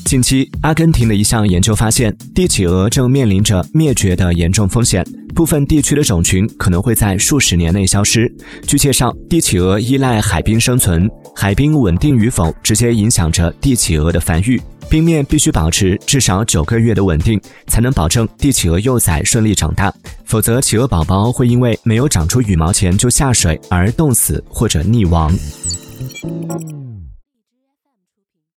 近期，阿根廷的一项研究发现，帝企鹅正面临着灭绝的严重风险，部分地区的种群可能会在数十年内消失。据介绍，帝企鹅依赖海滨生存，海滨稳定与否直接影响着帝企鹅的繁育。冰面必须保持至少9个月的稳定，才能保证帝企鹅幼崽顺利长大，否则企鹅宝宝会因为没有长出羽毛前就下水而冻死或者溺亡。